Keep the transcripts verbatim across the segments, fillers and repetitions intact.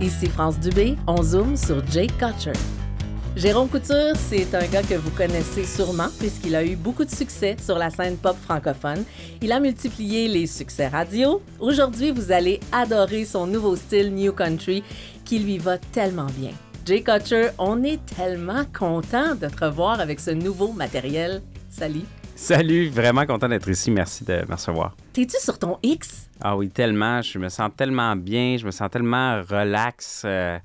Ici France Dubé, on zoome sur Jay Kutcher. Jérôme Couture, c'est un gars que vous connaissez sûrement puisqu'il a eu beaucoup de succès sur la scène pop francophone. Il a multiplié les succès radio. Aujourd'hui, vous allez adorer son nouveau style New Country qui lui va tellement bien. Jay Kutcher, on est tellement content de te revoir avec ce nouveau matériel. Salut! Salut, vraiment content d'être ici. Merci de me recevoir. T'es-tu sur ton X? Ah oui, tellement. Je me sens tellement bien. Je me sens tellement relax. Euh,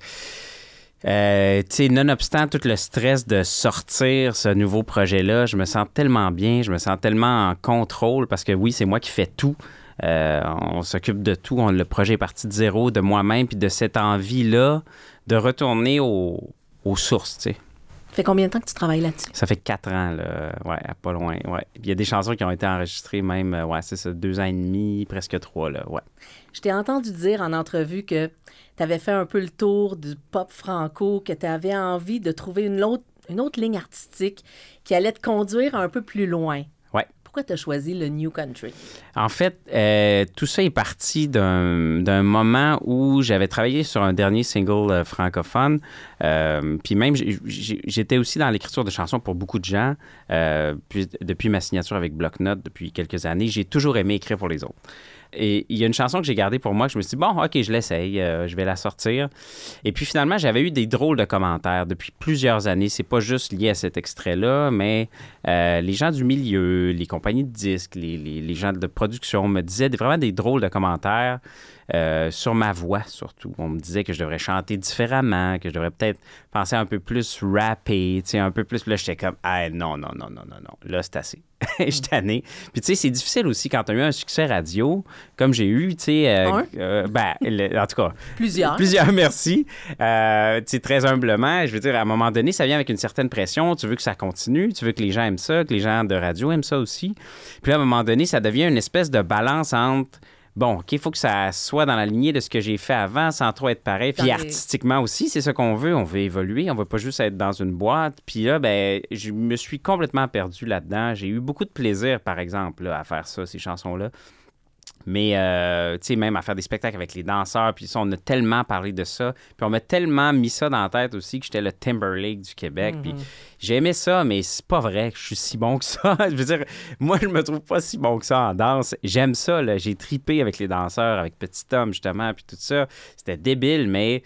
euh, tu sais, nonobstant tout le stress de sortir ce nouveau projet-là, je me sens tellement bien. Je me sens tellement en contrôle parce que oui, c'est moi qui fais tout. Euh, on s'occupe de tout. On, le projet est parti de zéro, de moi-même, puis de cette envie-là de retourner au, aux sources, tu sais. Ça fait combien de temps que tu travailles là-dessus? Ça fait quatre ans, là. Ouais, pas loin, ouais. Il y a des chansons qui ont été enregistrées même, ouais, c'est ça, deux ans et demi, presque trois, là, ouais. Je t'ai entendu dire en entrevue que tu avais fait un peu le tour du pop franco, que tu avais envie de trouver une autre, une autre ligne artistique qui allait te conduire un peu plus loin. Ouais. Pourquoi tu as choisi le New Country? En fait, euh, tout ça est parti d'un, d'un moment où j'avais travaillé sur un dernier single euh, francophone. Euh, puis même, j'ai, j'étais aussi dans l'écriture de chansons pour beaucoup de gens. Euh, puis, depuis ma signature avec Bloc-Notes, depuis quelques années, j'ai toujours aimé écrire pour les autres. Et il y a une chanson que j'ai gardée pour moi, que je me suis dit, bon, OK, je l'essaye, euh, je vais la sortir. Et puis finalement, j'avais eu des drôles de commentaires depuis plusieurs années. C'est pas juste lié à cet extrait-là, mais euh, les gens du milieu, les compagnies de disques, les, les, les gens de production me disaient des, vraiment des drôles de commentaires euh, sur ma voix, surtout. On me disait que je devrais chanter différemment, que je devrais peut-être penser un peu plus rapper, tu sais, un peu plus. Là, j'étais comme, ah non, non, non, non, non, non, là, c'est assez. Je suis tanné. Puis, tu sais, c'est difficile aussi quand tu as eu un succès radio, comme j'ai eu, tu sais. Euh, euh, ben, le, en tout cas. Plusieurs. Plusieurs, merci. Euh, tu sais, très humblement, je veux dire, à un moment donné, ça vient avec une certaine pression. Tu veux que ça continue, tu veux que les gens aiment ça, que les gens de radio aiment ça aussi. Puis là, à un moment donné, ça devient une espèce de balance entre. Bon, OK, il faut que ça soit dans la lignée de ce que j'ai fait avant sans trop être pareil. Puis artistiquement aussi, c'est ça qu'on veut. On veut évoluer. On ne veut pas juste être dans une boîte. Puis là, ben, je me suis complètement perdu là-dedans. J'ai eu beaucoup de plaisir, par exemple, là, à faire ça, ces chansons-là. Mais, euh, tu sais, même à faire des spectacles avec les danseurs, puis ça, on a tellement parlé de ça. Puis on m'a tellement mis ça dans la tête aussi que j'étais le Timberlake du Québec. Mm-hmm. Puis j'aimais ça, mais c'est pas vrai que je suis si bon que ça. Je veux dire, moi, je me trouve pas si bon que ça en danse. J'aime ça, là. J'ai tripé avec les danseurs, avec Petit Homme, justement, puis tout ça. C'était débile, mais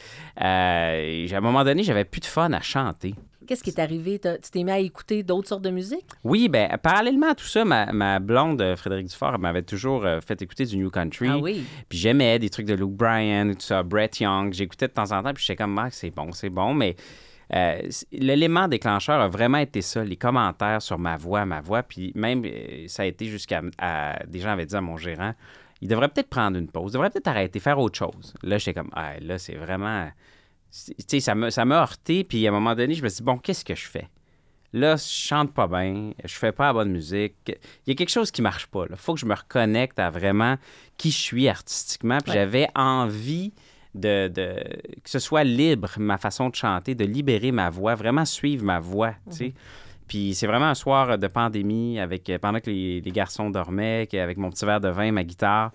euh, à un moment donné, j'avais plus de fun à chanter. Qu'est-ce qui est arrivé? T'as, tu t'es mis à écouter d'autres sortes de musique? Oui, bien, parallèlement à tout ça, ma, ma blonde, Frédéric Dufort, m'avait toujours euh, fait écouter du New Country. Ah oui? Puis j'aimais des trucs de Luke Bryan, tout ça, Brett Young. J'écoutais de temps en temps, puis j'étais comme, ah, c'est bon, c'est bon. Mais euh, l'élément déclencheur a vraiment été ça, les commentaires sur ma voix, ma voix. Puis même, euh, ça a été jusqu'à... À, des gens avaient dit à mon gérant, il devrait peut-être prendre une pause, il devrait peut-être arrêter, faire autre chose. Là, j'étais comme, ah, là, c'est vraiment... Tu sais, ça m'a, ça m'a heurté, puis à un moment donné, je me suis dit, bon, qu'est-ce que je fais? Là, je chante pas bien, je fais pas la bonne musique. Il y a quelque chose qui marche pas. Il faut que je me reconnecte à vraiment qui je suis artistiquement. Puis ouais. J'avais envie de, de que ce soit libre, ma façon de chanter, de libérer ma voix, vraiment suivre ma voix, tu sais. Mm-hmm. Puis c'est vraiment un soir de pandémie, avec pendant que les, les garçons dormaient, avec mon petit verre de vin, ma guitare.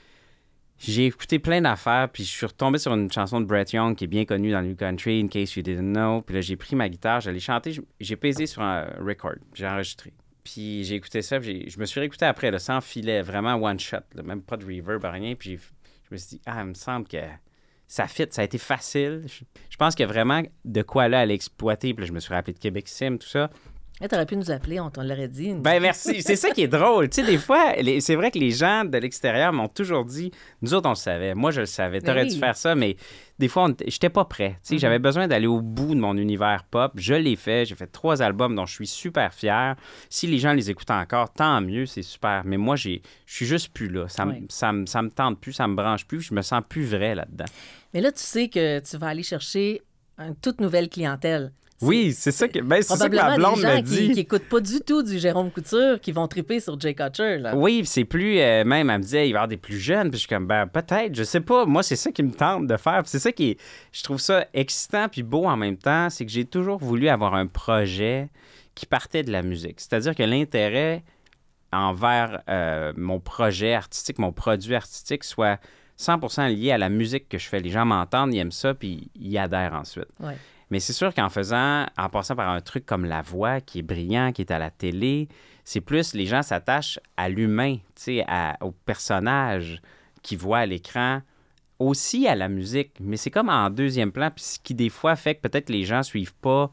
J'ai écouté plein d'affaires, puis je suis retombé sur une chanson de Brett Young qui est bien connue dans le New Country, In Case You Didn't Know. Puis là, j'ai pris ma guitare, j'allais chanter, j'ai pesé sur un record, j'ai enregistré. Puis j'ai écouté ça, puis j'ai, je me suis réécouté après, là, sans filet, vraiment one shot, là, même pas de reverb, rien. Puis je me suis dit, ah, il me semble que ça fit, ça a été facile. Je, je pense qu'il y a vraiment de quoi là à l'exploiter. Puis là, je me suis rappelé de Québec Sim, tout ça. Tu aurais pu nous appeler, on t'en l'aurait dit. Ben merci. C'est ça qui est drôle. Tu sais, des fois, les, c'est vrai que les gens de l'extérieur m'ont toujours dit, nous autres, on le savait. Moi, je le savais. Tu aurais oui. dû faire ça, mais des fois, on, j'étais pas prêt. Tu sais, mm-hmm. J'avais besoin d'aller au bout de mon univers pop. Je l'ai fait. J'ai fait trois albums dont je suis super fier. Si les gens les écoutent encore, tant mieux, c'est super. Mais moi, j'ai, je suis juste plus là. Ça, oui. ça, ça, ça me tente plus, ça me branche plus. Je me sens plus vrai là-dedans. Mais là, tu sais que tu vas aller chercher une toute nouvelle clientèle. C'est, oui, c'est ça que, ben, c'est ça que ma blonde m'a dit. Qui, qui écoutent pas du tout du Jérôme Couture, qui vont triper sur Jay Kutcher, là. Oui, c'est plus... Euh, même, elle me disait, il va y avoir des plus jeunes. Puis je suis comme, ben, peut-être, je sais pas. Moi, c'est ça qui me tente de faire. Puis c'est ça qui est... Je trouve ça excitant puis beau en même temps. C'est que j'ai toujours voulu avoir un projet qui partait de la musique. C'est-à-dire que l'intérêt envers euh, mon projet artistique, mon produit artistique, soit cent pour cent lié à la musique que je fais. Les gens m'entendent, ils aiment ça, puis ils adhèrent ensuite. Ouais. Mais c'est sûr qu'en faisant, en passant par un truc comme la voix, qui est brillant, qui est à la télé, c'est plus, les gens s'attachent à l'humain, tu sais, au personnage qu'ils voient à l'écran, aussi à la musique. Mais c'est comme en deuxième plan, puis ce qui, des fois, fait que peut-être les gens suivent pas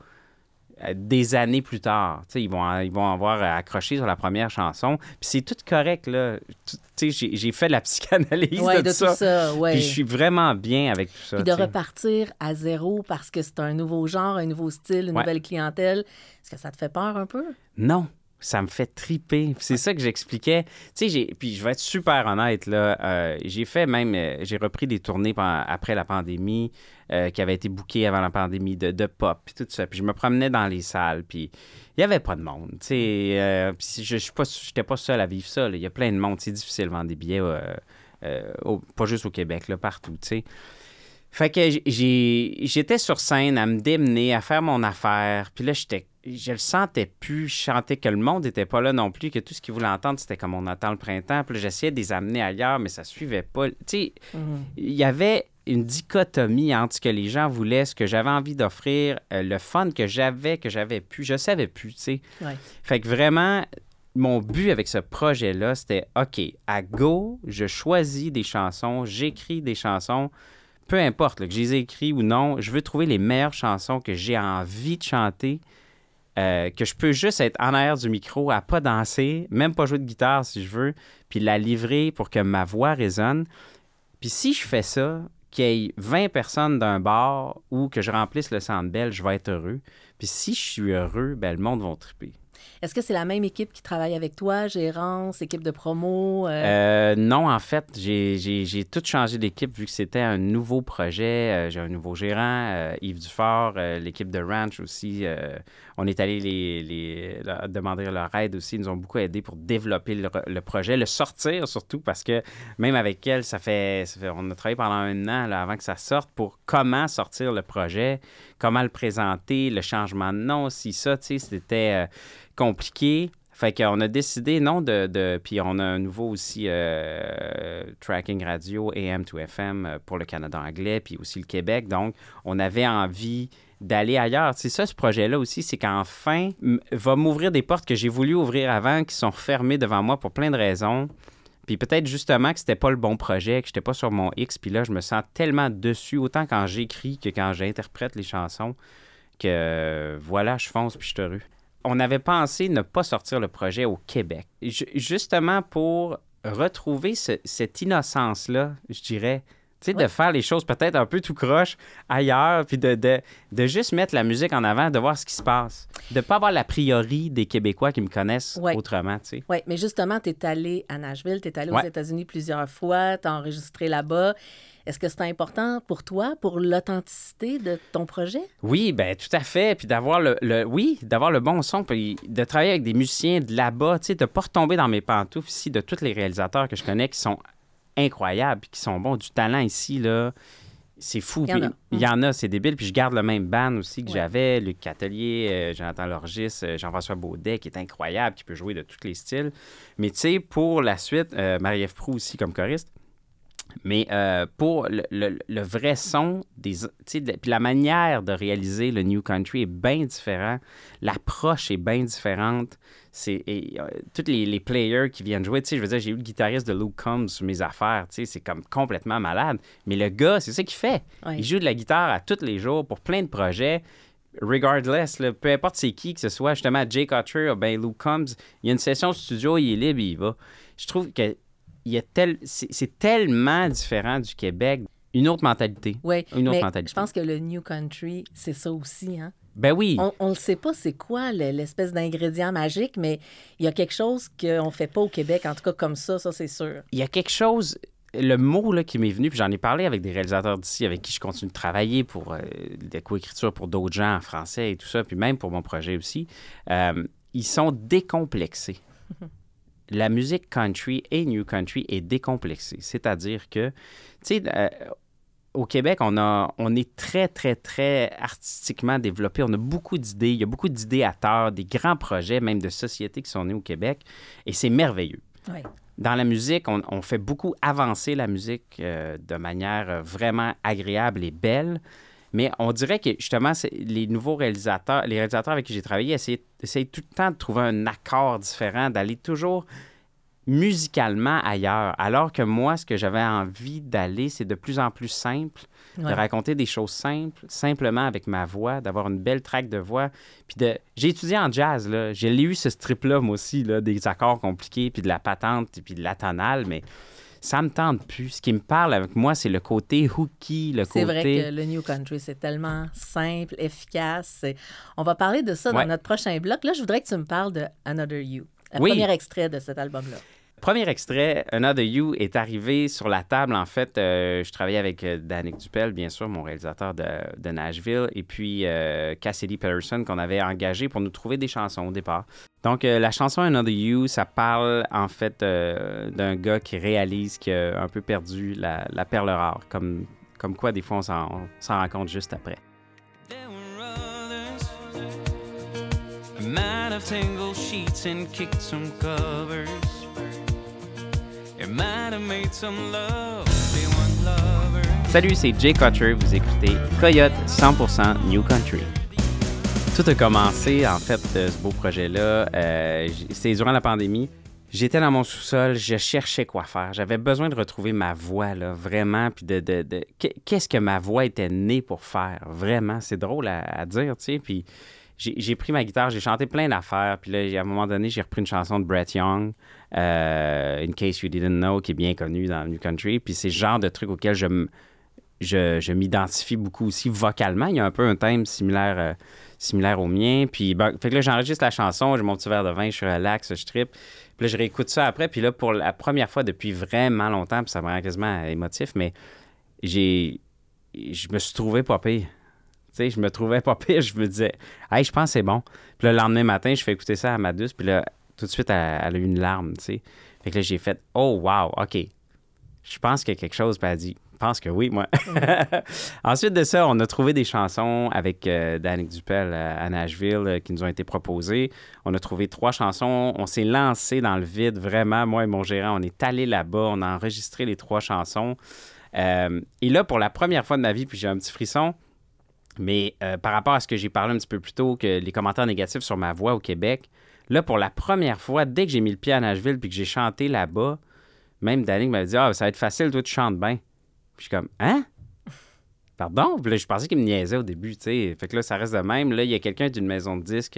des années plus tard. Tu sais, ils vont, ils vont avoir accroché sur la première chanson. Puis c'est tout correct, là. Tu sais, j'ai, j'ai fait la psychanalyse ouais, de, de tout ça. tout ça. Ouais. Puis je suis vraiment bien avec tout ça. Puis de t'sais. repartir à zéro parce que c'est un nouveau genre, un nouveau style, une ouais. nouvelle clientèle. Est-ce que ça te fait peur un peu? Non. Ça me fait triper. C'est ça que j'expliquais. Tu sais, j'ai... puis je vais être super honnête, là. Euh, j'ai fait même... Euh, j'ai repris des tournées pendant... après la pandémie euh, qui avaient été bookées avant la pandémie de, de pop, puis tout ça. Puis je me promenais dans les salles, puis il n'y avait pas de monde. Tu sais, euh, puis je je n'étais pas seul à vivre ça. Il y a plein de monde. C'est difficile de vendre des billets, euh, euh, au... pas juste au Québec, là, partout, tu sais. Fait que j'ai... j'étais sur scène à me démener, à faire mon affaire. Puis là, j'étais... je le sentais plus. Je sentais que le monde n'était pas là non plus, que tout ce qu'ils voulaient entendre, c'était comme on attend le printemps. Puis là, j'essayais de les amener ailleurs, mais ça ne suivait pas. Tu sais, il mm-hmm. y avait une dichotomie entre ce que les gens voulaient, ce que j'avais envie d'offrir, euh, le fun que j'avais, que j'avais pu. Je savais plus, tu sais. Ouais. Fait que vraiment, mon but avec ce projet-là, c'était, OK, à go, je choisis des chansons, j'écris des chansons. Peu importe là, que je les ai écrits ou non, je veux trouver les meilleures chansons que j'ai envie de chanter, euh, que je peux juste être en arrière du micro, à pas danser, même pas jouer de guitare si je veux, puis la livrer pour que ma voix résonne. Puis si je fais ça, qu'il y ait vingt personnes d'un bar ou que je remplisse le Centre Bell, je vais être heureux. Puis si je suis heureux, ben le monde va triper. Est-ce que c'est la même équipe qui travaille avec toi, gérance, équipe de promo? Euh... Euh, non, en fait, j'ai, j'ai, j'ai tout changé d'équipe vu que c'était un nouveau projet. Euh, j'ai un nouveau gérant, euh, Yves Dufort, euh, l'équipe de Ranch aussi. Euh, on est allé les, les, leur demander leur aide aussi. Ils nous ont beaucoup aidé pour développer le, le projet, le sortir surtout parce que même avec elle, ça fait, ça fait on a travaillé pendant un an là, avant que ça sorte pour comment sortir le projet, comment le présenter, le changement de nom, si ça, tu sais, c'était... Euh, compliqué. Fait qu'on a décidé, non, de... de puis on a un nouveau aussi euh, tracking radio A M to F M pour le Canada anglais, puis aussi le Québec. Donc, on avait envie d'aller ailleurs. C'est ça, ce projet-là aussi, c'est qu'enfin, m- va m'ouvrir des portes que j'ai voulu ouvrir avant, qui sont fermées devant moi pour plein de raisons. Puis peut-être justement que c'était pas le bon projet, que j'étais pas sur mon X. Puis là, je me sens tellement dessus, autant quand j'écris que quand j'interprète les chansons, que euh, voilà, je fonce puis je suis heureux. On avait pensé ne pas sortir le projet au Québec, J- justement pour retrouver ce, cette innocence-là, je dirais, tu sais, ouais. de faire les choses peut-être un peu tout croche ailleurs, puis de, de, de juste mettre la musique en avant, de voir ce qui se passe, de ne pas avoir l'a priori des Québécois qui me connaissent ouais. autrement, tu sais. Oui, mais justement, tu es allé à Nashville, tu es allé ouais. aux États-Unis plusieurs fois, tu as enregistré là-bas. Est-ce que c'est important pour toi, pour l'authenticité de ton projet? Oui, bien, tout à fait. Puis d'avoir le, le... Oui, d'avoir le bon son, puis de travailler avec des musiciens de là-bas, tu sais, de ne pas retomber dans mes pantoufles ici, de tous les réalisateurs que je connais qui sont incroyables, puis qui sont bons, du talent ici, là, c'est fou. Il y en a, il y en a c'est débile. Puis je garde le même band aussi que ouais. j'avais, Luc Catelier, euh, Jonathan Lorgis, euh, Jean-François Baudet, qui est incroyable, qui peut jouer de tous les styles. Mais tu sais, pour la suite, euh, Marie-Ève Proulx aussi comme choriste. Mais euh, pour le, le, le vrai son, des, de, puis la manière de réaliser le New Country est bien différente. L'approche est bien différente. C'est, et, euh, tous les, les players qui viennent jouer, je veux dire, j'ai eu le guitariste de Luke Combs sur mes affaires, c'est comme complètement malade. Mais le gars, c'est ça qu'il fait. Oui. Il joue de la guitare à tous les jours pour plein de projets. Regardless, là, peu importe c'est qui que ce soit, justement, Jay Cutcher ou bien Luke Combs, il y a une session studio, il est libre, il y va. Je trouve que il y a tel... c'est, c'est tellement différent du Québec. Une autre mentalité. Oui, une autre mais mentalité. Je pense que le New Country, c'est ça aussi, hein? Ben oui. On ne sait pas c'est quoi l'espèce d'ingrédient magique, mais il y a quelque chose qu'on ne fait pas au Québec, en tout cas comme ça, ça c'est sûr. Il y a quelque chose... Le mot là, qui m'est venu, puis j'en ai parlé avec des réalisateurs d'ici avec qui je continue de travailler pour euh, des coécritures pour d'autres gens en français et tout ça, puis même pour mon projet aussi, euh, ils sont décomplexés. La musique country et new country est décomplexée. C'est-à-dire que, tu sais, euh, au Québec, on, a, on est très, très, très artistiquement développé. On a beaucoup d'idées. Il y a beaucoup d'idéateurs, des grands projets, même de sociétés qui sont nés au Québec. Et c'est merveilleux. Oui. dans la musique, on, on fait beaucoup avancer la musique euh, de manière vraiment agréable et belle. Mais on dirait que, justement, c'est, les nouveaux réalisateurs, les réalisateurs avec qui j'ai travaillé, essayaient, essayaient tout le temps de trouver un accord différent, d'aller toujours musicalement ailleurs. Alors que moi, ce que j'avais envie d'aller, c'est de plus en plus simple, ouais. de raconter des choses simples, simplement avec ma voix, d'avoir une belle track de voix. Puis de... J'ai étudié en jazz, là. J'ai eu ce strip-là, moi aussi, là, des accords compliqués, puis de la patente, puis de la tonale, mais ça me tente plus. Ce qui me parle avec moi, c'est le côté hooky, le c'est côté... C'est vrai que le New Country, c'est tellement simple, efficace. C'est... On va parler de ça dans ouais. notre prochain bloc. Là, je voudrais que tu me parles de Another You, le oui. premier extrait de cet album-là. Premier extrait, Another You, est arrivé sur la table. En fait, euh, je travaillais avec euh, Danick Dupel, bien sûr, mon réalisateur de, de Nashville, et puis euh, Cassidy Peterson, qu'on avait engagé pour nous trouver des chansons au départ. Donc, euh, la chanson Another You, ça parle, en fait, euh, d'un gars qui réalise qu'il a un peu perdu la, la perle rare, comme, comme quoi, des fois, on s'en, on s'en rend compte juste après. Might have tangled sheets and kicked some covers. Salut, c'est Jay Kutcher, vous écoutez Coyote cent pour cent New Country. Tout a commencé, en fait, de ce beau projet-là. Euh, c'était durant la pandémie. J'étais dans mon sous-sol, je cherchais quoi faire. J'avais besoin de retrouver ma voix, là, vraiment. Puis de, de, de... Qu'est-ce que ma voix était née pour faire? Vraiment, c'est drôle à, à dire, tu sais. Puis j'ai, j'ai pris ma guitare, j'ai chanté plein d'affaires. Puis là, à un moment donné, j'ai repris une chanson de Brett Young, euh, In Case You Didn't Know, qui est bien connue dans le New Country. Puis c'est le genre de truc auquel je, m- je, je m'identifie beaucoup aussi vocalement. Il y a un peu un thème similaire, euh, similaire au mien. Puis ben, fait que là, j'enregistre la chanson, j'ai mon petit verre de vin, je suis relax, je trippe. Puis là, je réécoute ça après. Puis là, pour la première fois depuis vraiment longtemps, puis ça me rend quasiment émotif, mais j'ai... je me suis trouvé pas pire. Tu sais, je me trouvais pas pire. Je me disais, hey, je pense que c'est bon. Puis le lendemain matin, je fais écouter ça à ma douce. Puis là, tout de suite, elle, elle a eu une larme, tu sais. Fait que là, j'ai fait, oh, wow, OK. Je pense qu'il y a quelque chose. Puis elle a dit, je pense que oui, moi. Mm. Ensuite de ça, on a trouvé des chansons avec euh, Danick Dupel euh, à Nashville euh, qui nous ont été proposées. On a trouvé trois chansons. On s'est lancé dans le vide, vraiment. Moi et mon gérant, on est allé là-bas. On a enregistré les trois chansons. Euh, et là, pour la première fois de ma vie, puis j'ai un petit frisson, mais euh, par rapport à ce que j'ai parlé un petit peu plus tôt, que les commentaires négatifs sur ma voix au Québec, là, pour la première fois, dès que j'ai mis le pied à Nashville puis que j'ai chanté là-bas, même Danick m'a dit « Ah, ça va être facile, toi, tu chantes bien. » Puis je suis comme « Hein? Pardon? » Puis là, je pensais qu'il me niaisait au début, tu sais. Fait que là, ça reste de même. Là, il y a quelqu'un d'une maison de disques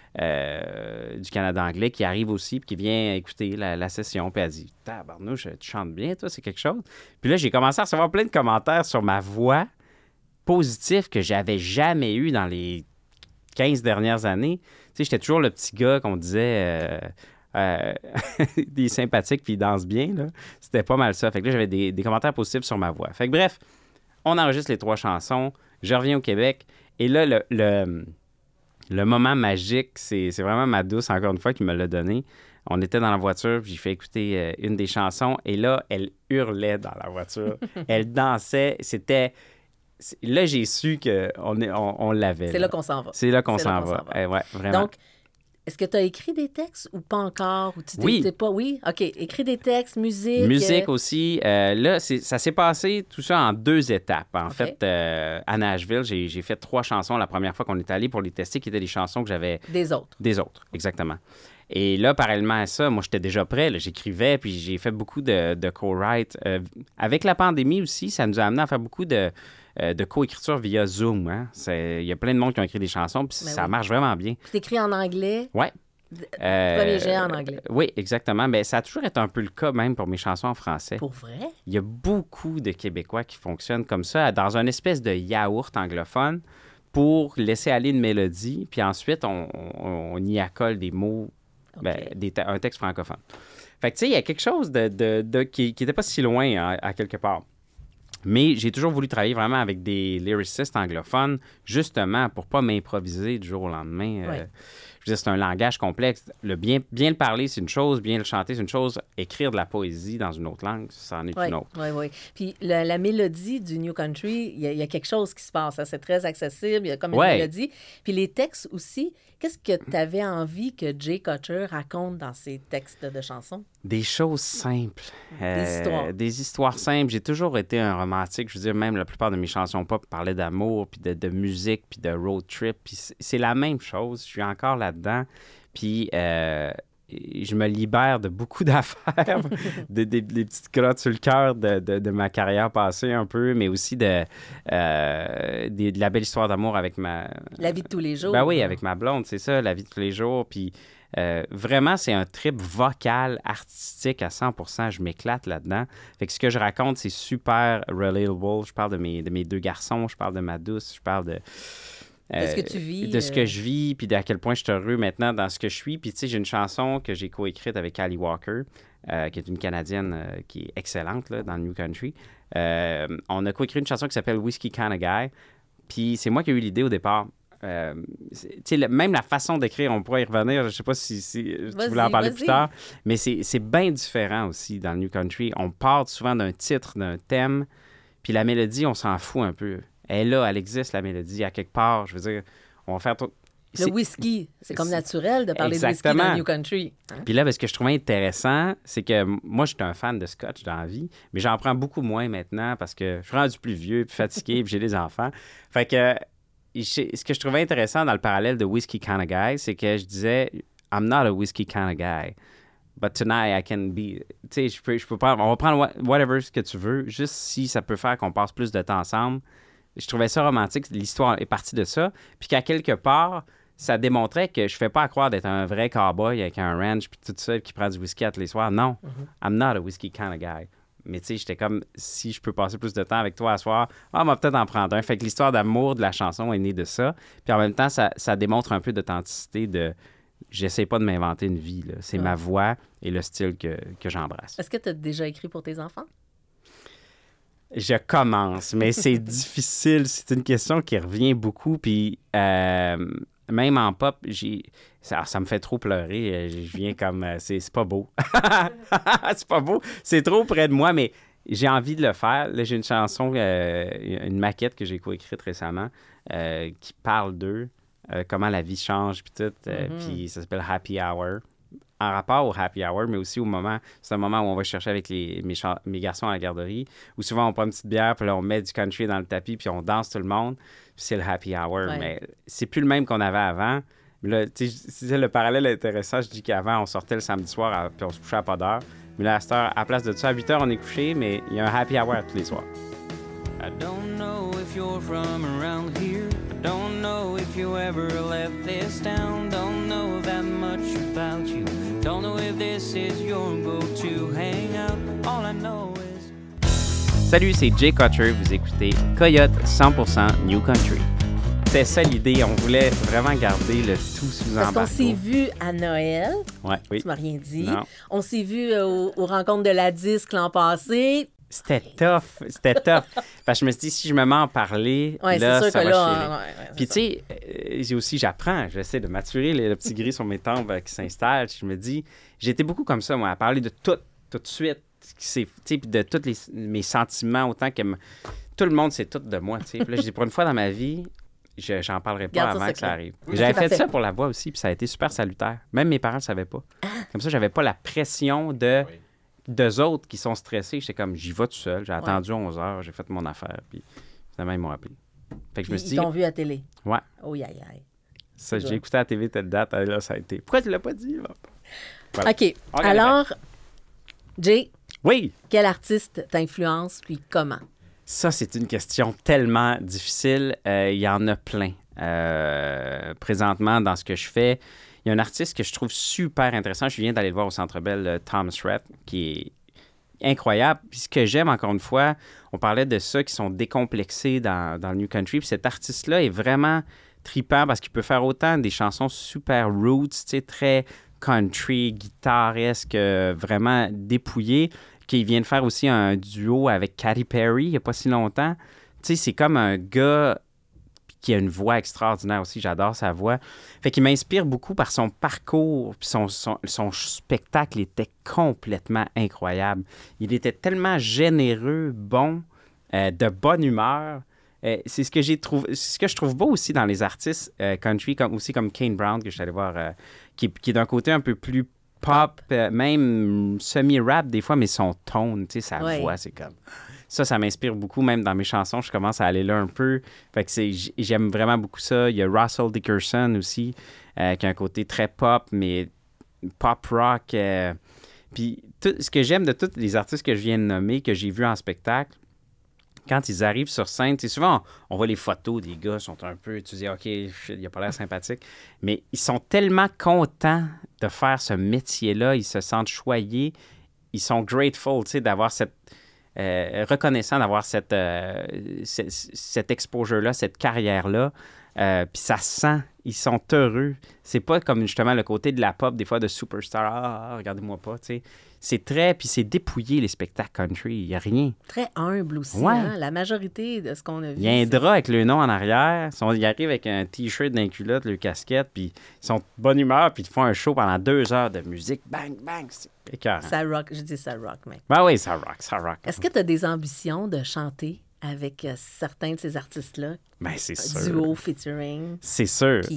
euh, du Canada anglais qui arrive aussi puis qui vient écouter la, la session. Puis elle dit « Tabarnouche, tu chantes bien, toi, c'est quelque chose. » Puis là, j'ai commencé à recevoir plein de commentaires sur ma voix positif que j'avais jamais eu dans les quinze dernières années. Tu sais, j'étais toujours le petit gars qu'on disait euh, euh, il est sympathique puis il danse bien, là. C'était pas mal ça. Fait que là, j'avais des, des commentaires positifs sur ma voix. Fait que bref, on enregistre les trois chansons. Je reviens au Québec. Et là, le, le, le moment magique, c'est, c'est vraiment ma douce, encore une fois, qui me l'a donné. On était dans la voiture, puis j'ai fait écouter euh, une des chansons. Et là, elle hurlait dans la voiture. Elle dansait. C'était... Là, j'ai su qu'on on, on l'avait. C'est là, là qu'on s'en va. C'est là qu'on, C'est s'en, là qu'on va. s'en va. Eh, ouais, vraiment. Donc, est-ce que tu as écrit des textes ou pas encore? Ou tu oui. T'es pas... Oui? OK. Écrit des textes, musique. Musique euh... aussi. Euh, là, c'est, ça s'est passé tout ça en deux étapes. En okay. fait, euh, à Nashville, j'ai, j'ai fait trois chansons la première fois qu'on est allé pour les tester, qui étaient des chansons que j'avais... Des autres. Des autres, exactement. Et là, parallèlement à ça, moi, j'étais déjà prêt. Là, j'écrivais, puis j'ai fait beaucoup de, de co-write. Euh, avec la pandémie aussi, ça nous a amené à faire beaucoup de... Euh, de coécriture via Zoom. Hein? Il y a plein de monde qui ont écrit des chansons, puis ça oui. marche vraiment bien. Tu écris en anglais? Oui. Euh, Premier jet en anglais. Euh, oui, exactement. Mais ça a toujours été un peu le cas même pour mes chansons en français. Pour vrai? Il y a beaucoup de Québécois qui fonctionnent comme ça, dans une espèce de yaourt anglophone pour laisser aller une mélodie, puis ensuite, on, on, on y accole des mots, okay. ben, des, un texte francophone. Fait que, tu sais, il y a quelque chose de, de, de, qui n'était pas si loin à, à quelque part. Mais j'ai toujours voulu travailler vraiment avec des lyricistes anglophones, justement, pour pas m'improviser du jour au lendemain. Oui. Euh, Je veux dire, c'est un langage complexe. Le bien, bien le parler, c'est une chose, bien le chanter, c'est une chose. Écrire de la poésie dans une autre langue, ça en est ouais, une autre. Oui, oui. Puis la, la mélodie du New Country, il y, y a quelque chose qui se passe. Hein? C'est très accessible, il y a comme une ouais. mélodie. Puis les textes aussi, qu'est-ce que tu avais envie que Jay Kutcher raconte dans ses textes de chansons? Des choses simples. Des euh, histoires. Des histoires simples. J'ai toujours été un romantique. Je veux dire, même la plupart de mes chansons pop parlaient d'amour, puis de, de musique, puis de road trip. Puis c'est, c'est la même chose. Je suis encore là-dedans. Puis euh, je me libère de beaucoup d'affaires, de, de, des petites crottes sur le cœur de, de, de ma carrière passée un peu, mais aussi de, euh, de, de la belle histoire d'amour avec ma... La vie de tous les jours. Ben oui, avec ma blonde, c'est ça, la vie de tous les jours. Puis euh, vraiment, c'est un trip vocal, artistique à cent pour cent. Je m'éclate là-dedans. Fait que ce que je raconte, c'est super relatable. Je parle de mes, de mes deux garçons, je parle de ma douce, je parle de... Euh, de ce que tu vis. De ce que je vis, puis d'à quel point je suis heureux maintenant dans ce que je suis. Puis, tu sais, j'ai une chanson que j'ai coécrite avec Callie Walker, euh, qui est une Canadienne euh, qui est excellente là, dans le New Country. Euh, on a coécrit une chanson qui s'appelle Whiskey Kinda Guy. Puis, c'est moi qui ai eu l'idée au départ. Euh, tu sais, même la façon d'écrire, on pourrait y revenir. Je sais pas si, si tu voulais en parler vas-y. plus tard, mais c'est, c'est bien différent aussi dans le New Country. On part souvent d'un titre, d'un thème, puis la mélodie, on s'en fout un peu. Elle est là, elle existe, la mélodie, à quelque part. Je veux dire, on va faire tout... Le whisky, c'est comme naturel de parler Exactement. de whisky dans le New Country. Hein? Puis là, ben, ce que je trouvais intéressant, c'est que moi, j'étais un fan de scotch dans la vie, mais j'en prends beaucoup moins maintenant parce que je suis rendu plus vieux, plus fatigué, puis j'ai des enfants. Fait que ce que je trouvais intéressant dans le parallèle de Whiskey Kinda Guy, c'est que je disais, I'm not a whiskey kinda guy. But tonight, I can be... Tu sais, je peux, je peux prendre... On va prendre whatever ce que tu veux, juste si ça peut faire qu'on passe plus de temps ensemble. Je trouvais ça romantique. L'histoire est partie de ça. Puis qu'à quelque part, ça démontrait que je fais pas à croire d'être un vrai cowboy avec un ranch puis tout ça, qui prend du whisky à tous les soirs. Non, mm-hmm. I'm not a whiskey kind of guy. Mais tu sais, j'étais comme, si je peux passer plus de temps avec toi à soir, ah, on va peut-être en prendre un. Fait que l'histoire d'amour de la chanson est née de ça. Puis en même temps, ça, ça démontre un peu d'authenticité de... J'essaie pas de m'inventer une vie, là. C'est ouais. ma voix et le style que, que j'embrasse. Est-ce que tu as déjà écrit pour tes enfants? Je commence, mais c'est difficile. C'est une question qui revient beaucoup. Puis euh, même en pop, j'ai... Ça, ça me fait trop pleurer. Je viens comme... C'est, c'est pas beau. C'est pas beau. C'est trop près de moi, mais j'ai envie de le faire. Là, j'ai une chanson, euh, une maquette que j'ai coécrite récemment euh, qui parle d'eux, euh, comment la vie change, puis tout. Euh, mm-hmm. Puis ça s'appelle Happy Hour. En rapport au happy hour, mais aussi au moment, c'est un moment où on va chercher avec les, mes, cha- mes garçons à la garderie, où souvent on prend une petite bière, puis là on met du country dans le tapis, puis on danse tout le monde, puis c'est le happy hour. Ouais. Mais c'est plus le même qu'on avait avant. Mais là, tu sais, le parallèle est intéressant. Je dis qu'avant, on sortait le samedi soir, puis on se couchait à pas d'heure. Mais là, à cette heure, à place de ça, à huit heures, on est couché, mais il y a un happy hour tous les soirs. I don't know if you're from around here. Don't know if you ever left this town. Don't know that much about you. Don't know if this is your go-to hangout. All I know is... Salut, c'est Jay Kutcher. Vous écoutez Coyote cent pour cent New Country. C'était ça l'idée. On voulait vraiment garder le tout sous embargo. Parce qu'on s'est vu à Noël. Ouais, oui. Tu m'as rien dit. Non. On s'est vu euh, aux, aux rencontres de la disque l'an passé. C'était tough, c'était tough. Parce que je me suis dit, si je me mets à en parler, ouais, là, c'est sûr ça que va là, chier. Ouais, ouais, puis tu sais, euh, j'ai aussi, j'apprends, j'essaie de maturer les, le petit gris sur mes tempes euh, qui s'installe. Je me dis, j'ai été beaucoup comme ça, moi, à parler de tout, tout de suite, tu sais, de tous les, mes sentiments, autant que m- tout le monde sait tout de moi, tu sais. Puis là, je dis, pour une fois dans ma vie, je, j'en parlerai pas Garde avant ça que ça arrive. Okay, J'avais fait parfait. ça pour la voix aussi, puis ça a été super salutaire. Même mes parents ne savaient pas. Comme ça, j'avais pas la pression de... Oui. D'eux autres qui sont stressés, j'étais comme, j'y vais tout seul. J'ai ouais. attendu onze heures, j'ai fait mon affaire, puis finalement, ils m'ont appelé. Fait que je me suis dit... Ils t'ont vu à télé? Ouais. Oh, aïe, aïe. Ça, j'ai écouté à la T V telle date, là, ça a été... Pourquoi tu l'as pas dit? Voilà. OK. On Alors, Jay, oui. Quel artiste t'influence, puis comment? Ça, c'est une question tellement difficile. Il euh, y en a plein. Euh, présentement, dans ce que je fais... Il y a un artiste que je trouve super intéressant. Je viens d'aller le voir au Centre Bell, Thomas Rhett, qui est incroyable. Puis ce que j'aime, encore une fois, on parlait de ceux qui sont décomplexés dans, dans le New Country. Puis cet artiste-là est vraiment trippant parce qu'il peut faire autant des chansons super roots, tu sais, très country, guitaresque, vraiment dépouillées, qu'il vient de faire aussi un duo avec Katy Perry il n'y a pas si longtemps. Tu sais, c'est comme un gars... qui a une voix extraordinaire aussi. J'adore sa voix. Fait qu'il m'inspire beaucoup par son parcours. Puis son, son, son spectacle était complètement incroyable. Il était tellement généreux, bon, euh, de bonne humeur. Euh, c'est ce que j'ai trouvé, c'est ce que je trouve beau aussi dans les artistes euh, country, comme, aussi comme Kane Brown, que je suis allé voir, euh, qui, qui est d'un côté un peu plus pop, euh, même semi-rap des fois, mais son tone, tu sais, sa ouais. voix, c'est comme... Ça, ça m'inspire beaucoup, même dans mes chansons, je commence à aller là un peu. Fait que c'est, j'aime vraiment beaucoup ça. Il y a Russell Dickerson aussi, euh, qui a un côté très pop, mais pop rock. Euh... Puis tout, ce que j'aime de tous les artistes que je viens de nommer, que j'ai vus en spectacle, quand ils arrivent sur scène, tu sais, souvent, on, on voit les photos des gars, sont un peu, tu dis, OK, shit, il a pas l'air sympathique. Mais ils sont tellement contents de faire ce métier-là, ils se sentent choyés, ils sont grateful, tu sais, d'avoir cette... Euh, reconnaissant d'avoir cette, euh, cette, cette exposure-là, cette carrière-là. Euh, Puis ça se sent, ils sont heureux. C'est pas comme justement le côté de la pop, des fois de superstar. Ah, regardez-moi pas, tu sais. C'est très, puis c'est dépouillé les spectacles country, il n'y a rien. Très humble aussi, ouais. hein? La majorité de ce qu'on a vu. Il y a un c'est... drap avec le nom en arrière, ils arrivent avec un t-shirt d'un culotte, le casquette, puis ils sont de bonne humeur, puis ils font un show pendant deux heures de musique, bang, bang, c'est écœurant. Ça rock, je dis ça rock, mais... Ben oui, ça rock, ça rock. Est-ce que tu as des ambitions de chanter avec euh, certains de ces artistes-là? Ben c'est sûr. Duo, featuring? C'est sûr. Qui?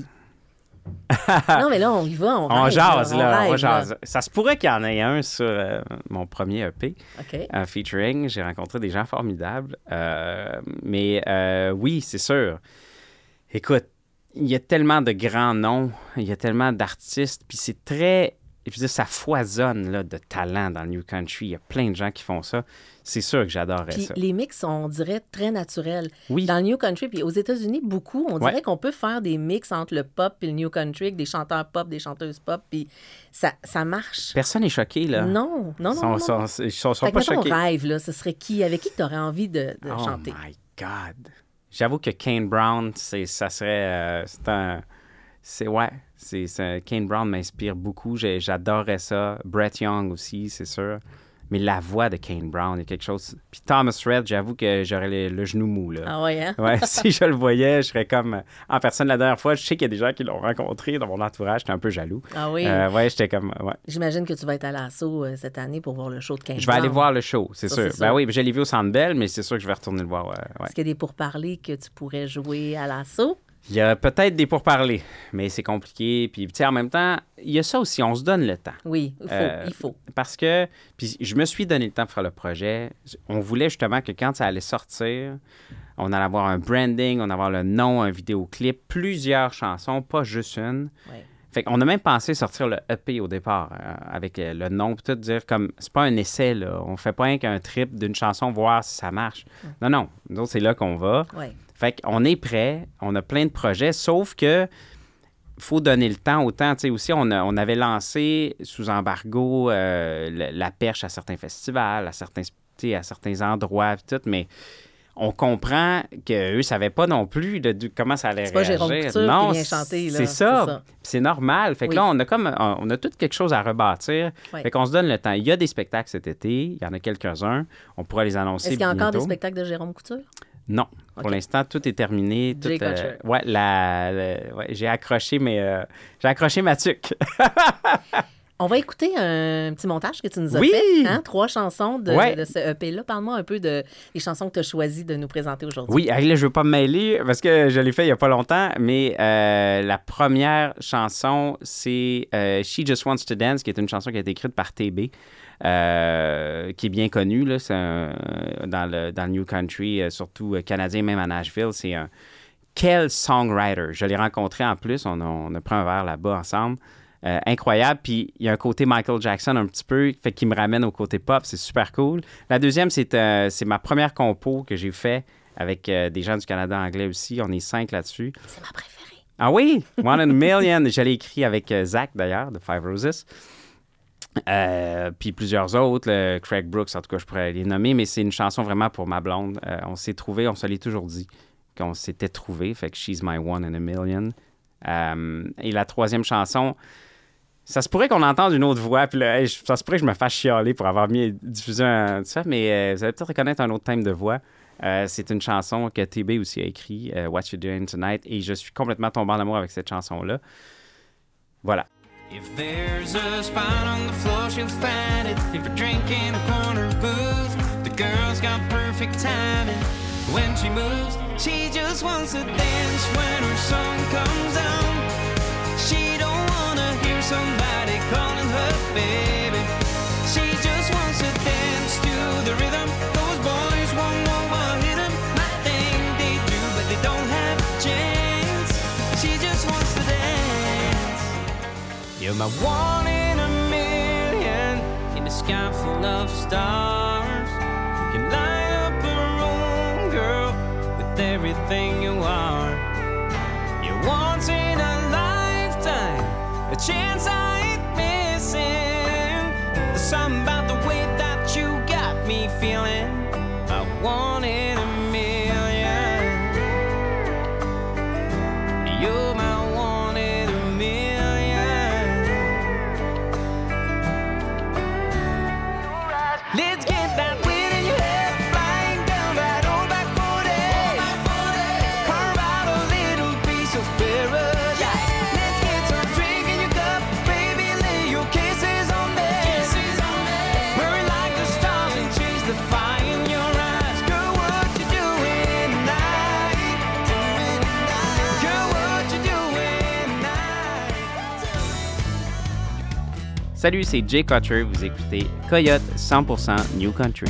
Non, mais là, on y va, on, on rêve, jase, là, on, là, rêve, on là. jase. Là. Ça se pourrait qu'il y en ait un sur euh, mon premier E P, OK. euh, featuring. J'ai rencontré des gens formidables. Euh, mais euh, oui, c'est sûr. Écoute, il y a tellement de grands noms, il y a tellement d'artistes, puis c'est très... Je veux dire, ça foisonne là, de talent dans le New Country. Il y a plein de gens qui font ça. C'est sûr que j'adorerais Puis ça. les mix, on dirait, très naturels. Oui. Dans le New Country, puis aux États-Unis, beaucoup, on dirait Ouais. qu'on peut faire des mix entre le pop et le New Country avec des chanteurs pop, des chanteuses pop, puis ça, ça marche. Personne n'est choqué, là. Non, non, non, Ils sont, non. sont, sont, sont, sont Fait que pas mettons, choqués. rêve, là, ce serait qui? Avec qui tu aurais envie de, de oh chanter? my God! J'avoue que Kane Brown, c'est, ça serait... Euh, c'est un... C'est, ouais, c'est, c'est, Kane Brown m'inspire beaucoup. J'ai, j'adorerais ça. Brett Young aussi, c'est sûr. Mais la voix de Kane Brown, il y a quelque chose... Puis Thomas Rhett, j'avoue que j'aurais le, le genou mou, là. Ah ouais, hein? Ouais, si je le voyais, je serais comme... En personne, la dernière fois, je sais qu'il y a des gens qui l'ont rencontré dans mon entourage. J'étais un peu jaloux. Ah oui? Euh, ouais, j'étais comme... Ouais. J'imagine que tu vas être à l'assaut euh, cette année pour voir le show de Kane Je vais aller Brown. voir le show, c'est Ça, sûr. c'est Ben sûr. oui, je l'ai vu au Centre Bell, mais c'est sûr que je vais retourner le voir. Ouais, ouais. Est-ce qu'il y a des pourparlers que tu pourrais jouer à l'assaut? Il y a peut-être des pourparlers, mais c'est compliqué. Puis, tu sais, en même temps, il y a ça aussi, on se donne le temps. Oui, il faut, Euh, il faut. Parce que, puis je me suis donné le temps pour faire le projet. On voulait justement que quand ça allait sortir, on allait avoir un branding, on allait avoir le nom, un vidéoclip, plusieurs chansons, pas juste une. Oui. Fait qu'on a même pensé sortir le E P au départ, euh, avec euh, le nom, puis tout, dire comme, c'est pas un essai, là. On fait pas rien qu'un trip d'une chanson, voir si ça marche. Mm. Non, non, nous autres, c'est là qu'on va. Oui. Fait qu'on est prêt, on a plein de projets, sauf que faut donner le temps au temps. Tu sais, aussi, on, a- on avait lancé sous embargo euh, le- la perche à certains festivals, à certains, tu sais, à certains endroits, puis tout, mais on comprend qu'eux ne savaient pas non plus de, de comment ça allait C'est pas réagir. Jérôme Couture non, qui vient chanter, là. C'est ça. C'est ça. Puis c'est normal. Fait que Oui. là, on a comme on on a tout quelque chose à rebâtir. Oui. Fait qu'on se donne le temps. Il y a des spectacles cet été. Il y en a quelques-uns. On pourra les annoncer Est-ce qu'il y a encore des bientôt. spectacles de Jérôme Couture? Non. Pour OK. l'instant, tout est terminé. Tout, Jay Kutcher. ouais, la, la- ouais, j'ai accroché mes, euh, j'ai accroché ma tuque. On va écouter un petit montage que tu nous as Oui! fait. Hein? Trois chansons de, Ouais. de ce E P-là. Parle-moi un peu de, des chansons que tu as choisi de nous présenter aujourd'hui. Oui, hey, là, je veux pas me mêler parce que je l'ai fait il y a pas longtemps, mais euh, la première chanson, c'est euh, She Just Wants to Dance, qui est une chanson qui a été écrite par T B, euh, qui est bien connue, là, c'est un- dans, le, dans le New Country, euh, surtout euh, canadien, même à Nashville. C'est un... Quel songwriter! Je l'ai rencontré en plus, on a, on a pris un verre là-bas ensemble. Euh, incroyable. Puis il y a un côté Michael Jackson un petit peu, fait qu'il me ramène au côté pop. C'est super cool. La deuxième, c'est, euh, c'est ma première compo que j'ai fait avec euh, des gens du Canada anglais aussi. On est cinq là-dessus. C'est ma préférée. Ah oui? One in a Million. Je l'ai écrit avec euh, Zach, d'ailleurs, de Five Roses. Euh, puis plusieurs autres, le Craig Brooks, en tout cas, je pourrais les nommer, mais c'est une chanson vraiment pour ma blonde. Euh, on s'est trouvé, on se l'est toujours dit qu'on s'était trouvé, fait que She's My One in a Million. Euh, et la troisième chanson, ça se pourrait qu'on entende une autre voix, puis là, hey, je- ça se pourrait que je me fasse chialer pour avoir mis diffusé un, ça, mais euh, vous allez peut-être reconnaître un autre thème de voix. Euh, c'est une chanson que T B aussi a écrite, euh, What You Doing Tonight, et je suis complètement tombé en amour avec cette chanson-là. Voilà. If there's a spot on the floor, she'll find it. If you're drinking a corner booth, the girl's got perfect timing. When she moves, she just wants to dance. When her song comes on, she don't wanna hear somebody calling her baby. She just wants to dance to the rhythm. Those boys won't know what hit them. Might think they do, but they don't have a chance. She just wants to dance. You're my one in a million, in a sky full of stars. You can light up a room, girl, with everything you are. You're once in a lifetime, a chance I ain't missing. There's something about the way that you got me feeling. I one in a million. You're my one in a million. Let's get that wind in your hair, flying down that old back forty. Carve out a little piece of paradise. Let's get some drink in your cup, baby, lay your kisses on me. Burn like the stars and chase the fire in your eyes. Girl, what you doing tonight? Girl, what you doing tonight? Salut, c'est Jay Kutcher. Vous écoutez Coyote cent pour cent New Country.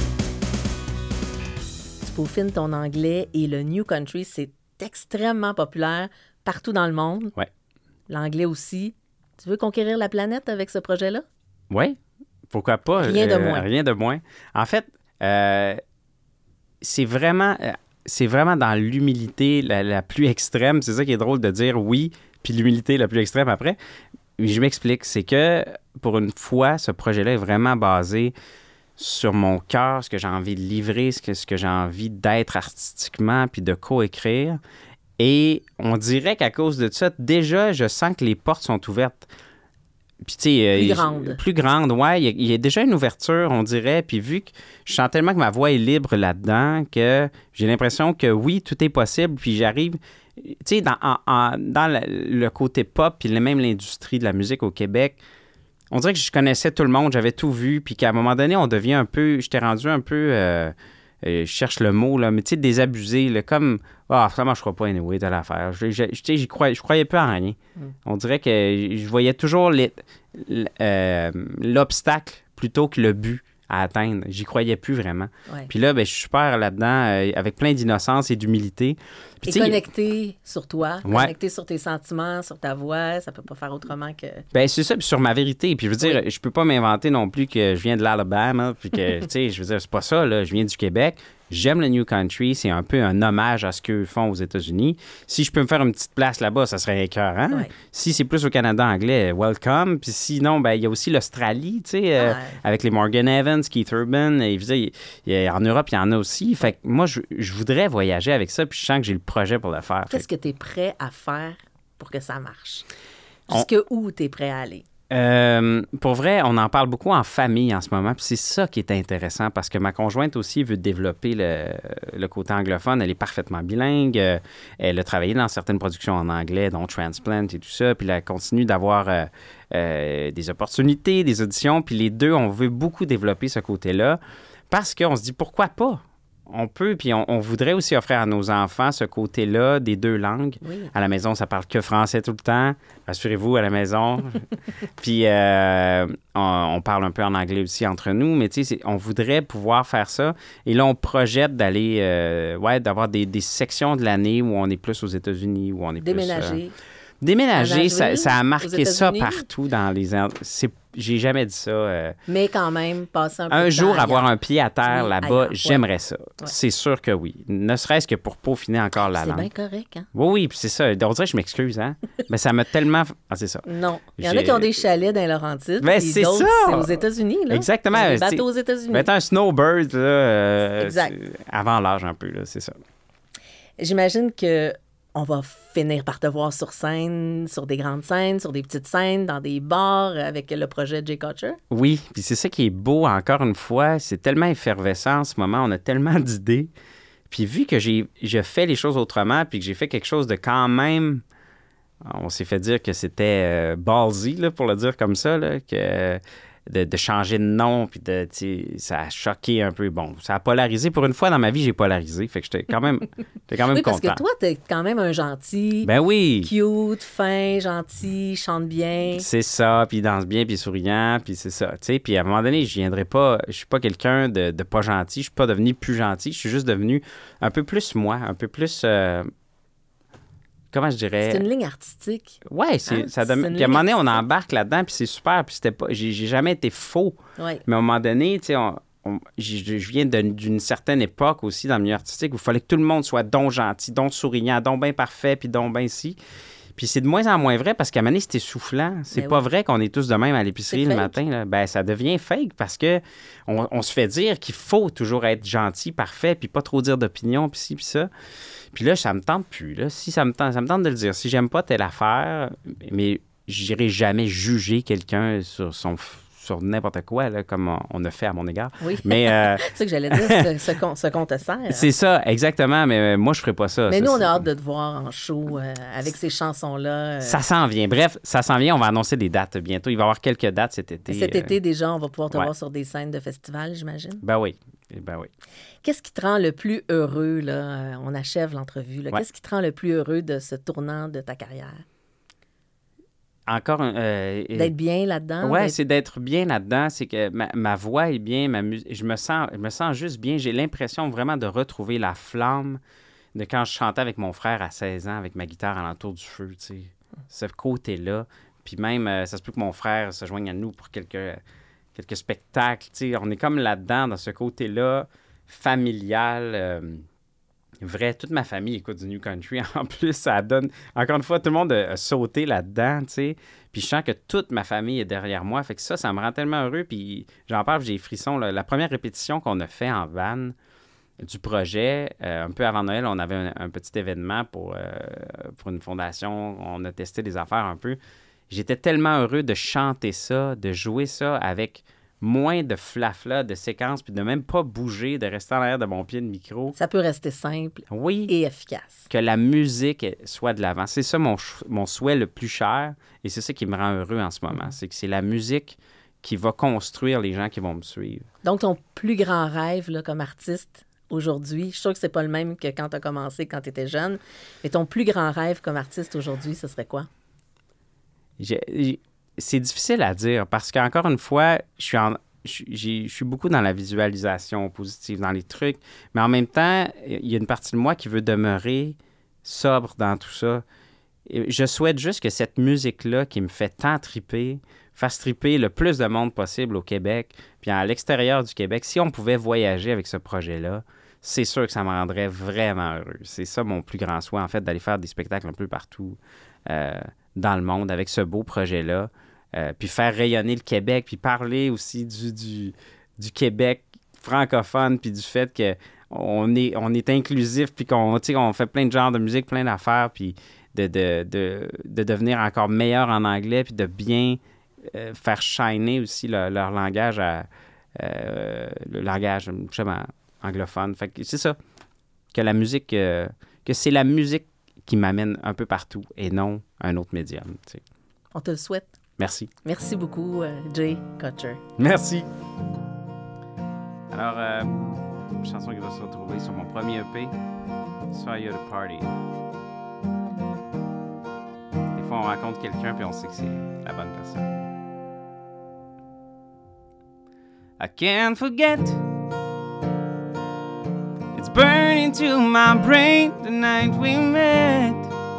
Tu peaufines ton anglais et le New Country, c'est extrêmement populaire partout dans le monde. Ouais. L'anglais aussi. Tu veux conquérir la planète avec ce projet-là? Oui, pourquoi pas? Rien de euh, moins. Rien de moins. En fait, euh, c'est vraiment, euh, c'est vraiment dans l'humilité la, la plus extrême. C'est ça qui est drôle de dire oui, puis l'humilité la plus extrême après. Je m'explique. C'est que, pour une fois, ce projet-là est vraiment basé sur mon cœur, ce que j'ai envie de livrer, ce que, ce que j'ai envie d'être artistiquement, puis de coécrire. Et on dirait qu'à cause de ça, déjà, je sens que les portes sont ouvertes. Puis, tu sais, euh, Plus il- grande. Plus grande, ouais. Il y, a, il y a déjà une ouverture, on dirait. Puis, vu que je sens tellement que ma voix est libre là-dedans, que j'ai l'impression que oui, tout est possible. Puis, j'arrive, tu sais, dans, en- en- dans le, le côté pop, puis même l'industrie de la musique au Québec, on dirait que je connaissais tout le monde, j'avais tout vu. Puis, qu'à un moment donné, on devient un peu, j'étais rendu un peu. Euh, euh, je cherche le mot, là, mais tu sais, désabusé, là, comme ah, ça marchera pas, anyway, de l'affaire. Je, je, tu sais, j'y croyais, je croyais peu en rien. Mm. On dirait que je voyais toujours les- l- euh, l'obstacle plutôt que le but à atteindre. J'y croyais plus vraiment. Ouais. Puis là, ben, je suis super là-dedans, euh, avec plein d'innocence et d'humilité. Puis, Et tu sais, connecté sur toi, Ouais. connecté sur tes sentiments, sur ta voix, ça peut pas faire autrement que... ben, c'est ça, puis sur ma vérité. Puis je veux dire, je peux pas m'inventer non plus que je viens de l'Alabama, puis que, tu sais, je veux dire, c'est pas ça, là. Je viens du Québec. J'aime le New Country. C'est un peu un hommage à ce qu'eux font aux États-Unis. Si je peux me faire une petite place là-bas, ça serait écœurant. Ouais. Si c'est plus au Canada anglais, welcome. Puis sinon, ben, il y a aussi l'Australie, tu sais, euh, Ouais. avec les Morgan Evans, Keith Urban. Et, je veux dire, il y a- en Europe, il y en a aussi. Fait que moi, je, je voudrais voyager avec ça, puis je sens que j'ai le projet pour le faire. Fait Qu'est-ce que tu es prêt à faire pour que ça marche? On- Jusque où tu es prêt à aller? Euh, pour vrai, on en parle beaucoup en famille en ce moment, puis c'est ça qui est intéressant parce que ma conjointe aussi veut développer le, le côté anglophone. Elle est parfaitement bilingue. Euh, elle a travaillé dans certaines productions en anglais, dont Transplant et tout ça, puis elle continue d'avoir euh, euh, des opportunités, des auditions, puis les deux, on veut beaucoup développer ce côté-là parce qu'on se dit pourquoi pas? On peut, puis on, on voudrait aussi offrir à nos enfants ce côté-là des deux langues. Oui. À la maison, ça parle que français tout le temps. Rassurez-vous, à la maison. Puis euh, on, on parle un peu en anglais aussi entre nous, mais tu sais, c'est- on voudrait pouvoir faire ça. Et là, on projette d'aller, euh, ouais, d'avoir des, des sections de l'année où on est plus aux États-Unis, où on est Déménager. plus... euh, déménager, À ça, Nashville, ça a aux marqué ça États-Unis? partout dans les... en- c'est- J'ai jamais dit ça. euh, Mais quand même, passer un peu un de jour, temps avoir ailleurs. un pied à terre Oui, là-bas, ailleurs, ouais. j'aimerais ça. C'est sûr que oui. Ne serait-ce que pour peaufiner encore la C'est langue. bien correct, hein? Oui, oui, puis c'est ça. On dirait que je m'excuse, hein? Mais ça m'a tellement... Ah, c'est ça. Non. Il y en a J'ai- qui ont des chalets dans Laurentides. Ben, puis c'est d'autres, ça! c'est aux États-Unis, là. Exactement. Ils ont Des C'est- bateaux aux États-Unis. Mais être un snowbird, là, euh, Exact. c'est- avant l'âge un peu, là, c'est ça. J'imagine que on va finir par te voir sur scène, sur des grandes scènes, sur des petites scènes, dans des bars avec le projet Jay Kutcher. Oui, puis c'est ça qui est beau, encore une fois. C'est tellement effervescent en ce moment. On a tellement d'idées. Puis vu que j'ai, je fais les choses autrement, puis que j'ai fait quelque chose de quand même... On s'est fait dire que c'était euh, ballsy, là, pour le dire comme ça, là, que de, de changer de nom, puis de, tu sais, ça a choqué un peu. Bon, ça a polarisé. Pour une fois dans ma vie, j'ai polarisé. Fait que j'étais quand même, j'étais quand même oui, content. parce que toi, t'es quand même un gentil. Ben oui. Cute, fin, gentil, chante bien. C'est ça, puis il danse bien, puis souriant, puis c'est ça, tu sais. Puis à un moment donné, je viendrai pas... Je suis pas quelqu'un de, de pas gentil. Je suis pas devenu plus gentil. Je suis juste devenu un peu plus moi, un peu plus... Euh, comment je dirais? C'est une ligne artistique. Ouais, c'est, Hein? ça C'est dem- une Puis à un moment donné, on ligne embarque là-dedans, puis c'est super, puis c'était pas... J'ai, j'ai jamais été faux. Ouais. Mais à un moment donné, tu sais, on- on- je je viens de- d'une certaine époque aussi dans le milieu artistique où il fallait que tout le monde soit donc gentil, donc souriant, donc bien parfait, puis donc bien si. Puis c'est de moins en moins vrai parce qu'à un moment donné, c'est essoufflant. C'est Ben pas oui. vrai qu'on est tous de même à l'épicerie C'est le fake. matin. Là. Ben, ça devient fake parce que on, on se fait dire qu'il faut toujours être gentil, parfait, puis pas trop dire d'opinion, puis ci, puis ça. Puis là, ça me tente plus. Là. Si ça me tente, ça me tente de le dire. Si j'aime pas telle affaire, mais j'irai jamais juger quelqu'un sur son f- sur n'importe quoi, là, comme on, on a fait à mon égard. Oui. Mais euh, C'est ça que j'allais dire, ce, ce qu'on, ce qu'on te sert. c'est ça, exactement. Mais euh, moi, je ferais pas ça. Mais Ça, nous, on c'est- a hâte de te voir en show euh, avec ces chansons-là. euh, Ça s'en vient. Bref, ça s'en vient. On va annoncer des dates bientôt. Il va y avoir quelques dates cet été. Cet euh, été, déjà, on va pouvoir te ouais. voir sur des scènes de festival, j'imagine. Ben oui. Ben oui. Qu'est-ce qui te rend le plus heureux, là? euh, On achève l'entrevue, là. Ouais. Qu'est-ce qui te rend le plus heureux de ce tournant de ta carrière? Encore un. euh, D'être bien là-dedans? Ouais, d'être- c'est d'être bien là-dedans. C'est que ma, ma voix est bien, ma musique. Je me sens, je me sens juste bien. J'ai l'impression vraiment de retrouver la flamme de quand je chantais avec mon frère à seize ans avec ma guitare alentour du feu, tu sais. Ce côté-là. Puis même, euh, ça se peut que mon frère se joigne à nous pour quelques, quelques spectacles, tu sais. On est comme là-dedans, dans ce côté-là, familial. euh, Vrai, toute ma famille écoute du New Country. En plus, ça donne... Encore une fois, tout le monde a, a sauté là-dedans, tu sais. Puis je sens que toute ma famille est derrière moi. Fait que ça, ça me rend tellement heureux. Puis j'en parle, j'ai des frissons. Là. La première répétition qu'on a fait en van du projet, euh, un peu avant Noël, on avait un, un petit événement pour, euh, pour une fondation. On a testé des affaires un peu. J'étais tellement heureux de chanter ça, de jouer ça avec... moins de flafla, de séquences, puis de même pas bouger, de rester en arrière de mon pied de micro. Ça peut rester simple Oui, et efficace. que la musique soit de l'avant. C'est ça mon, ch- mon souhait le plus cher, et c'est ça qui me rend heureux en ce moment. C'est que c'est la musique qui va construire les gens qui vont me suivre. Donc, ton plus grand rêve là, comme artiste aujourd'hui, je suis sûre que c'est pas le même que quand tu as commencé, quand tu étais jeune, mais ton plus grand rêve comme artiste aujourd'hui, ce serait quoi? J'ai- j'ai- c'est difficile à dire parce qu'encore une fois, je suis en... Je j'ai- je suis beaucoup dans la visualisation positive, dans les trucs, mais en même temps, il y a une partie de moi qui veut demeurer sobre dans tout ça. Et je souhaite juste que cette musique-là qui me fait tant triper, fasse triper le plus de monde possible au Québec, puis à l'extérieur du Québec. Si on pouvait voyager avec ce projet-là, c'est sûr que ça me rendrait vraiment heureux. C'est ça mon plus grand souhait, en fait, d'aller faire des spectacles un peu partout euh, dans le monde avec ce beau projet-là. Euh, puis faire rayonner le Québec, puis parler aussi du, du, du Québec francophone, puis du fait qu'on est, on est inclusif, puis qu'on tu sais, on fait plein de genres de musique, plein d'affaires, puis de, de, de, de devenir encore meilleur en anglais, puis de bien euh, faire shiner aussi le- leur langage, à, euh, le langage justement anglophone. Fait que c'est ça, que la musique, euh, que c'est la musique qui m'amène un peu partout, et non un autre médium, tu sais. On te le souhaite. Merci. Merci beaucoup, euh, Jay Kutcher. Merci. Alors, euh, une chanson qui va se retrouver sur mon premier E P, Saw You at a Party. Des fois, on rencontre quelqu'un puis on sait que c'est la bonne personne. I can't forget. It's burned into my brain the night we met.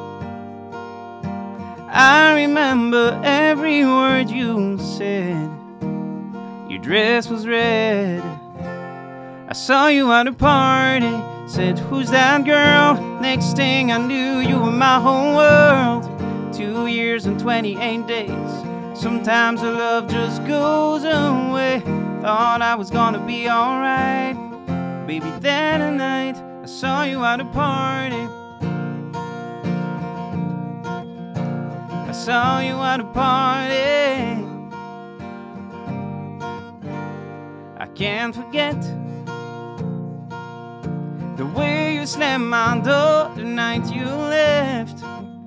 I remember every word you said. Your dress was red. I saw you at a party. Said, who's that girl? Next thing I knew, you were my whole world. Two years and twenty-eight days. Sometimes the love just goes away. Thought I was gonna be alright. Baby, that night I saw you at a party. I saw you at a party. I can't forget The way you slammed my door the night you left.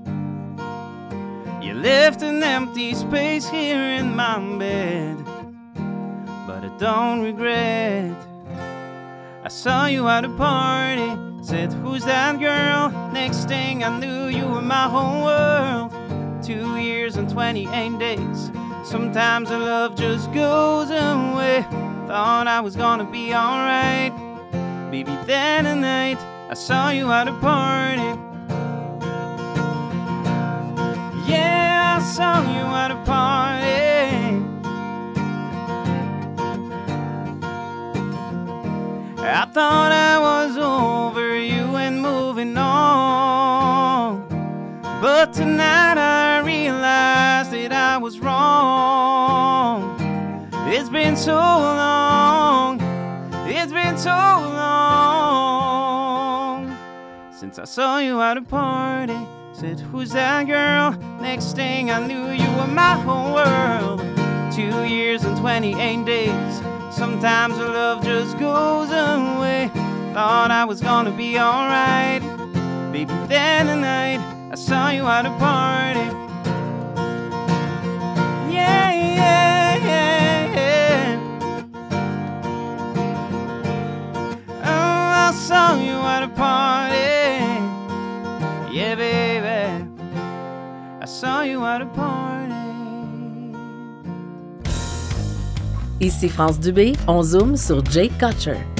You left an empty space here in my bed, but I don't regret. I saw you at a party, said, who's that girl? Next thing I knew, you were my whole world. Two years and twenty-eight days. Sometimes the love just goes away. Thought I was gonna be alright. Baby, that night I saw you at a party. Yeah, I saw you at a party. I thought I was over you and moving on, but tonight I realized that I was wrong. It's been so long, it's been so long since I saw you at a party. Said, who's that girl? Next thing I knew, you were my whole world. Two years and twenty-eight days. Sometimes the love just goes away. Thought I was gonna be alright. Baby, that night I saw you at a party. Yeah, yeah, yeah, yeah. Oh, I saw you at a party. Yeah, baby, I saw you at a party. Ici France Dubé, on zoome sur Jake Kutcher.